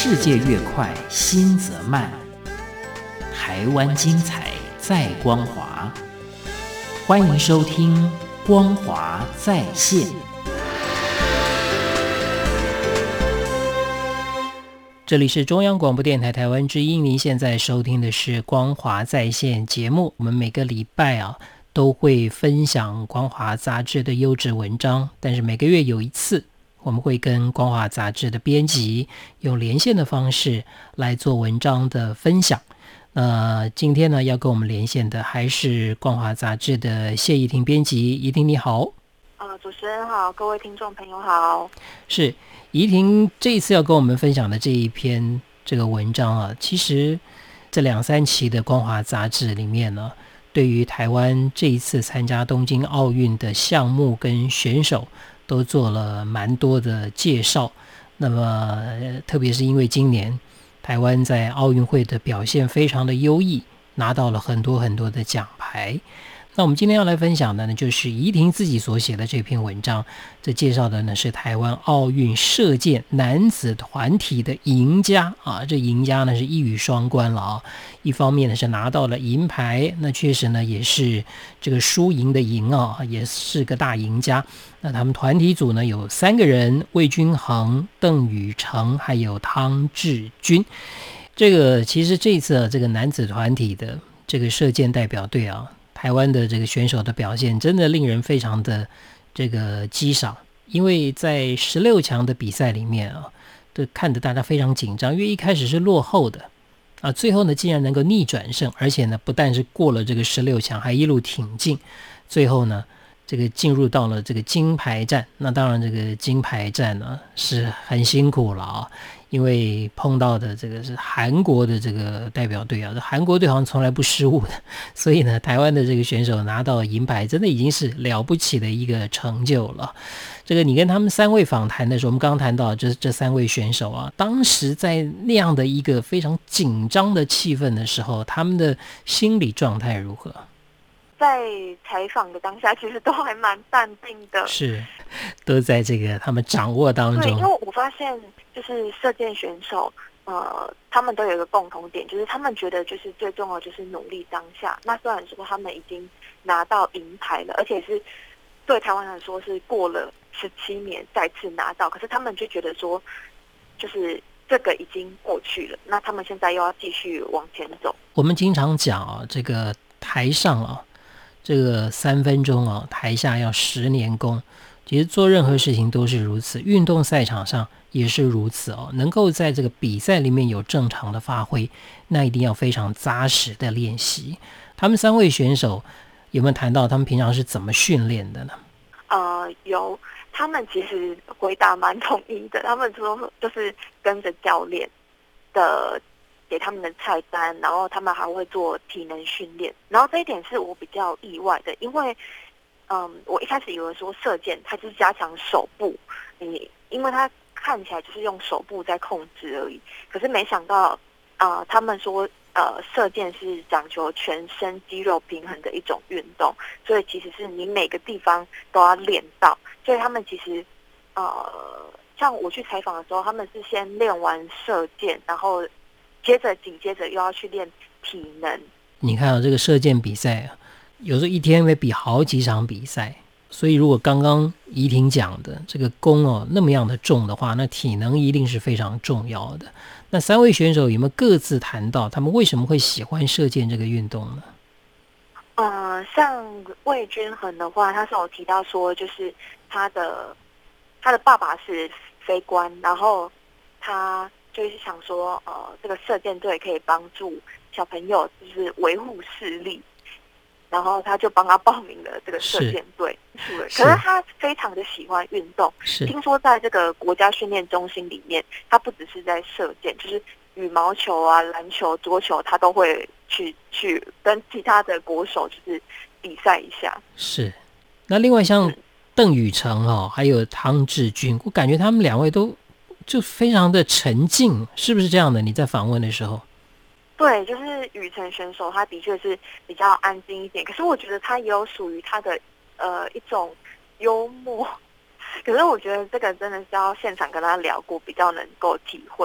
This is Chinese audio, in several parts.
世界越快，心则慢。台湾精彩在光华，欢迎收听光华在线。这里是中央广播电台台湾之音，您现在收听的是光华在线节目。我们每个礼拜都会分享光华杂志的优质文章，但是每个月有一次，我们会跟光华杂志的编辑用连线的方式来做文章的分享。今天呢，要跟我们连线的还是光华杂志的谢怡婷编辑。怡婷你好。 主持人好，各位听众朋友好。 是怡婷这一次要跟我们分享的这一篇这个文章其实这2-3期的光华杂志里面呢，对于台湾这一次参加东京奥运的项目跟选手都做了蛮多的介绍。那么特别是因为今年台湾在奥运会的表现非常的优异，拿到了很多很多的奖牌。那我们今天要来分享的呢，就是怡婷自己所写的这篇文章。这介绍的呢是台湾奥运射箭男子团体的赢家这赢家呢是一语双关了一方面呢是拿到了银牌，那确实呢也是这个输赢的赢也是个大赢家。那他们团体组呢有3个人，魏均衡、邓宇成还有汤志军。这个其实这一次这个男子团体的这个射箭代表队台湾的这个选手的表现真的令人非常的这个激赏，因为在16强的比赛里面都看得大家非常紧张，因为一开始是落后的最后呢竟然能够逆转胜，而且呢不但是过了这个16强，还一路挺进，最后呢这个进入到了这个金牌战。那当然这个金牌战呢是很辛苦了因为碰到的这个是韩国的这个代表队韩国队好像从来不失误的，所以呢台湾的这个选手拿到银牌真的已经是了不起的一个成就了。这个你跟他们3位访谈的时候，我们刚刚谈到这3位选手当时在那样的一个非常紧张的气氛的时候，他们的心理状态如何？ 在采访的当下其实都还蛮淡定的，是都在这个他们掌握当中。 对，因为我发现就是射箭选手他们都有一个共同点，就是他们觉得就是最重要就是努力当下。那虽然说他们已经拿到银牌了，而且是对台湾来说是过了17年再次拿到，可是他们就觉得说就是这个已经过去了，那他们现在又要继续往前走。 我们经常讲这个台上这个3分钟台下要10年功。其实做任何事情都是如此，运动赛场上也是如此能够在这个比赛里面有正常的发挥，那一定要非常扎实的练习。他们3位选手有没有谈到他们平常是怎么训练的呢？ 有，他们其实回答蛮统一的，他们说就是跟着教练的给他们的菜单，然后他们还会做体能训练。然后这一点是我比较意外的，因为我一开始以为说射箭它就是加强手部，因为它看起来就是用手部在控制而已。可是没想到他们说射箭是讲求全身肌肉平衡的一种运动，所以其实是你每个地方都要练到。所以他们其实像我去采访的时候，他们是先练完射箭，然后紧接着又要去练体能。 你看这个射箭比赛有时候一天会比好几场比赛，所以如果刚刚怡婷讲的这个弓那么样的重的话，那体能一定是非常重要的。那3位选手有没有各自谈到他们为什么会喜欢射箭这个运动呢？ 像魏均衡的话，他是有提到说，就是他的爸爸是飞官，然后他就是想说，这个射箭队可以帮助小朋友就是维护视力，然后他就帮他报名了这个射箭队。可是他非常的喜欢运动，听说在这个国家训练中心里面，他不只是在射箭，就是羽毛球篮球、桌球，他都会去跟其他的国手就是比赛一下。 是，那另外像邓宇成还有汤志军，我感觉他们2位都就非常的沉静，是不是这样的？你在访问的时候？ 对，就是宇成选手，他的确是比较安静一点，可是我觉得他也有属于他的一种幽默，可是我觉得这个真的是要现场跟他聊过比较能够体会。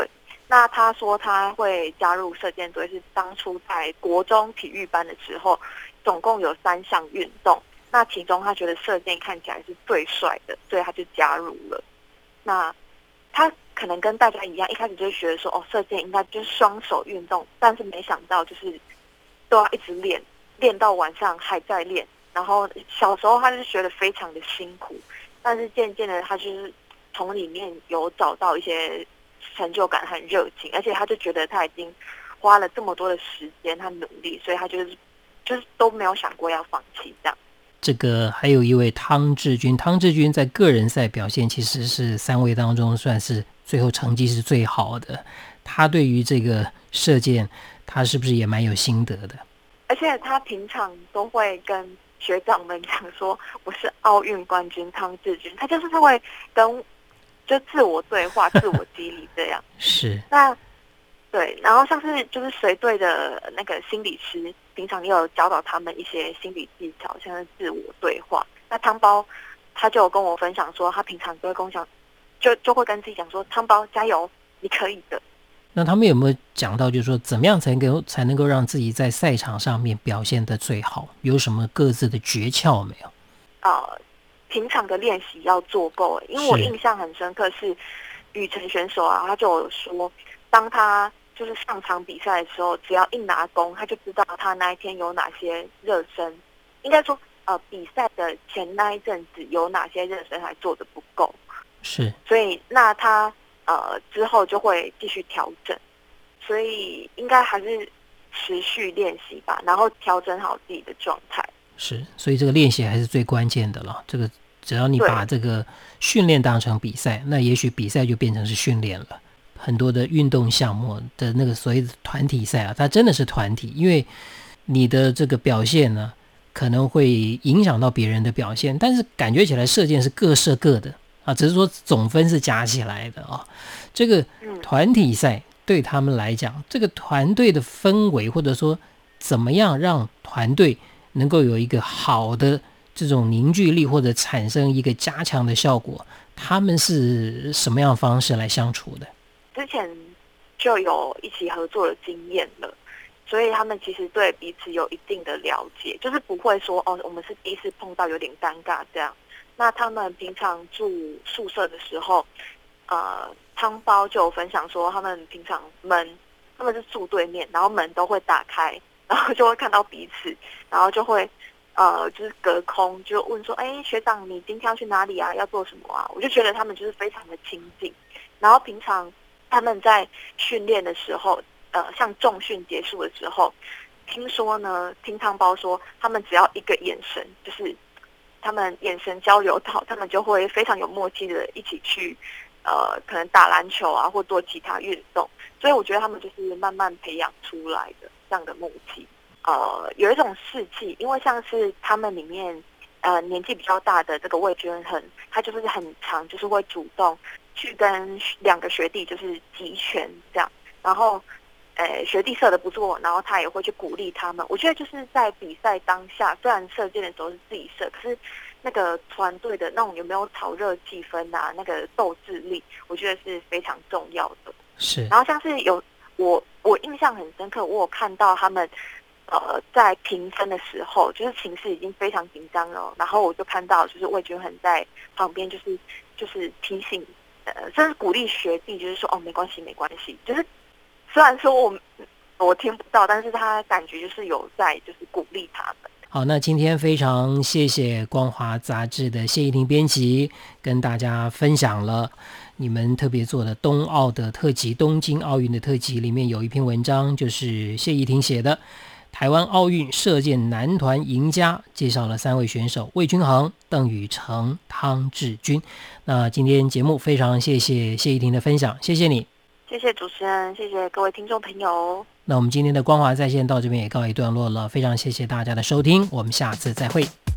那他说他会加入射箭队，是当初在国中体育班的时候，总共有3项运动，那其中他觉得射箭看起来是最帅的，所以他就加入了。那他可能跟大家一样，一开始就觉得说，射箭应该就是双手运动，但是没想到就是都要一直练，练到晚上还在练。然后小时候他就觉得非常的辛苦，但是渐渐的他就是从里面有找到一些成就感和热情，而且他就觉得他已经花了这么多的时间和努力，所以他就是都没有想过要放弃这样。 这个还有一位汤志军，汤志军在个人赛表现其实是3位当中算是最后成绩是最好的。他对于这个射箭，他是不是也蛮有心得的？ 而且他平常都会跟学长们讲说，我是奥运冠军汤志军，他就是会跟就自我对话、自我激励这样。 是。 那对，然后像是就是随队的那个心理师，平常也有教导他们一些心理技巧，像是自我对话。那汤包他就有跟我分享说，他平常都会跟我讲，就会跟自己讲说，汤包加油，你可以的。 那他们有没有讲到，就是说怎么样才能够让自己在赛场上面表现得最好？有什么各自的诀窍没有？ 平常的练习要做够，因为我印象很深刻是羽程选手啊，他就有说，当他就是上场比赛的时候，只要一拿弓，他就知道他那一天有哪些热身，应该说比赛的前那一阵子有哪些热身还做得不够， 是， 所以那他之后就会继续调整，所以应该还是持续练习吧，然后调整好自己的状态。 是，所以这个练习还是最关键的了。这个只要你把这个训练当成比赛，那也许比赛就变成是训练了。很多的运动项目的那个所谓的团体赛啊，它真的是团体，因为你的这个表现呢，可能会影响到别人的表现，但是感觉起来射箭是各射各的啊，只是说总分是加起来的啊。这个团体赛对他们来讲，这个团队的氛围，或者说怎么样让团队能够有一个好的这种凝聚力，或者产生一个加强的效果，他们是什么样的方式来相处的？ 之前就有一起合作的经验了，所以他们其实对彼此有一定的了解，就是不会说我们是第一次碰到有点尴尬这样。那他们平常住宿舍的时候，汤包就有分享说，他们平常他们是住对面，然后门都会打开，然后就会看到彼此，然后就会就是隔空就问说，学长你今天要去哪里啊？要做什么啊？我就觉得他们就是非常的亲近。然后平常他们在训练的时候，像重训结束的时候，听汤包说，他们只要一个眼神，就是他们眼神交流到，他们就会非常有默契的一起去可能打篮球啊，或做其他运动。所以我觉得他们就是慢慢培养出来的这样的默契。有一种士气，因为像是他们里面年纪比较大的这个魏娟他就是很常就是会主动去跟2个学弟就是集拳这样，然后学弟射得不错，然后他也会去鼓励他们。我觉得就是在比赛当下，虽然射箭的时候是自己射，可是那个团队的那种有没有炒热气氛啊，那个斗志力，我觉得是非常重要的。 是。 然后像是我印象很深刻，我有看到他们在评分的时候，就是情势已经非常紧张了，然后我就看到就是魏均衡在旁边就是提醒甚至鼓励学弟，就是说没关系没关系，就是虽然说我听不到，但是他感觉就是有在就是鼓励他们。 好，那今天非常谢谢光华杂志的谢依婷编辑跟大家分享了你们特别做的冬奥的特辑，东京奥运的特辑里面有一篇文章，就是谢依婷写的台湾奥运射箭男团赢家，介绍了3位选手魏均衡、邓宇成、汤志军。那今天节目非常谢谢谢依婷的分享，谢谢你。 谢谢主持人，谢谢各位听众朋友。 那我们今天的光华在线到这边也告一段落了，非常谢谢大家的收听，我们下次再会。